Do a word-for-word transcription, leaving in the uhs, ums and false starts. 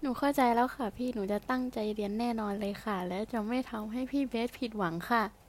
หนูเข้าใจแล้วค่ะพี่หนูจะตั้งใจเรียนแน่นอนเลยค่ะและจะไม่ทำให้พี่เบสผิดหวังค่ะ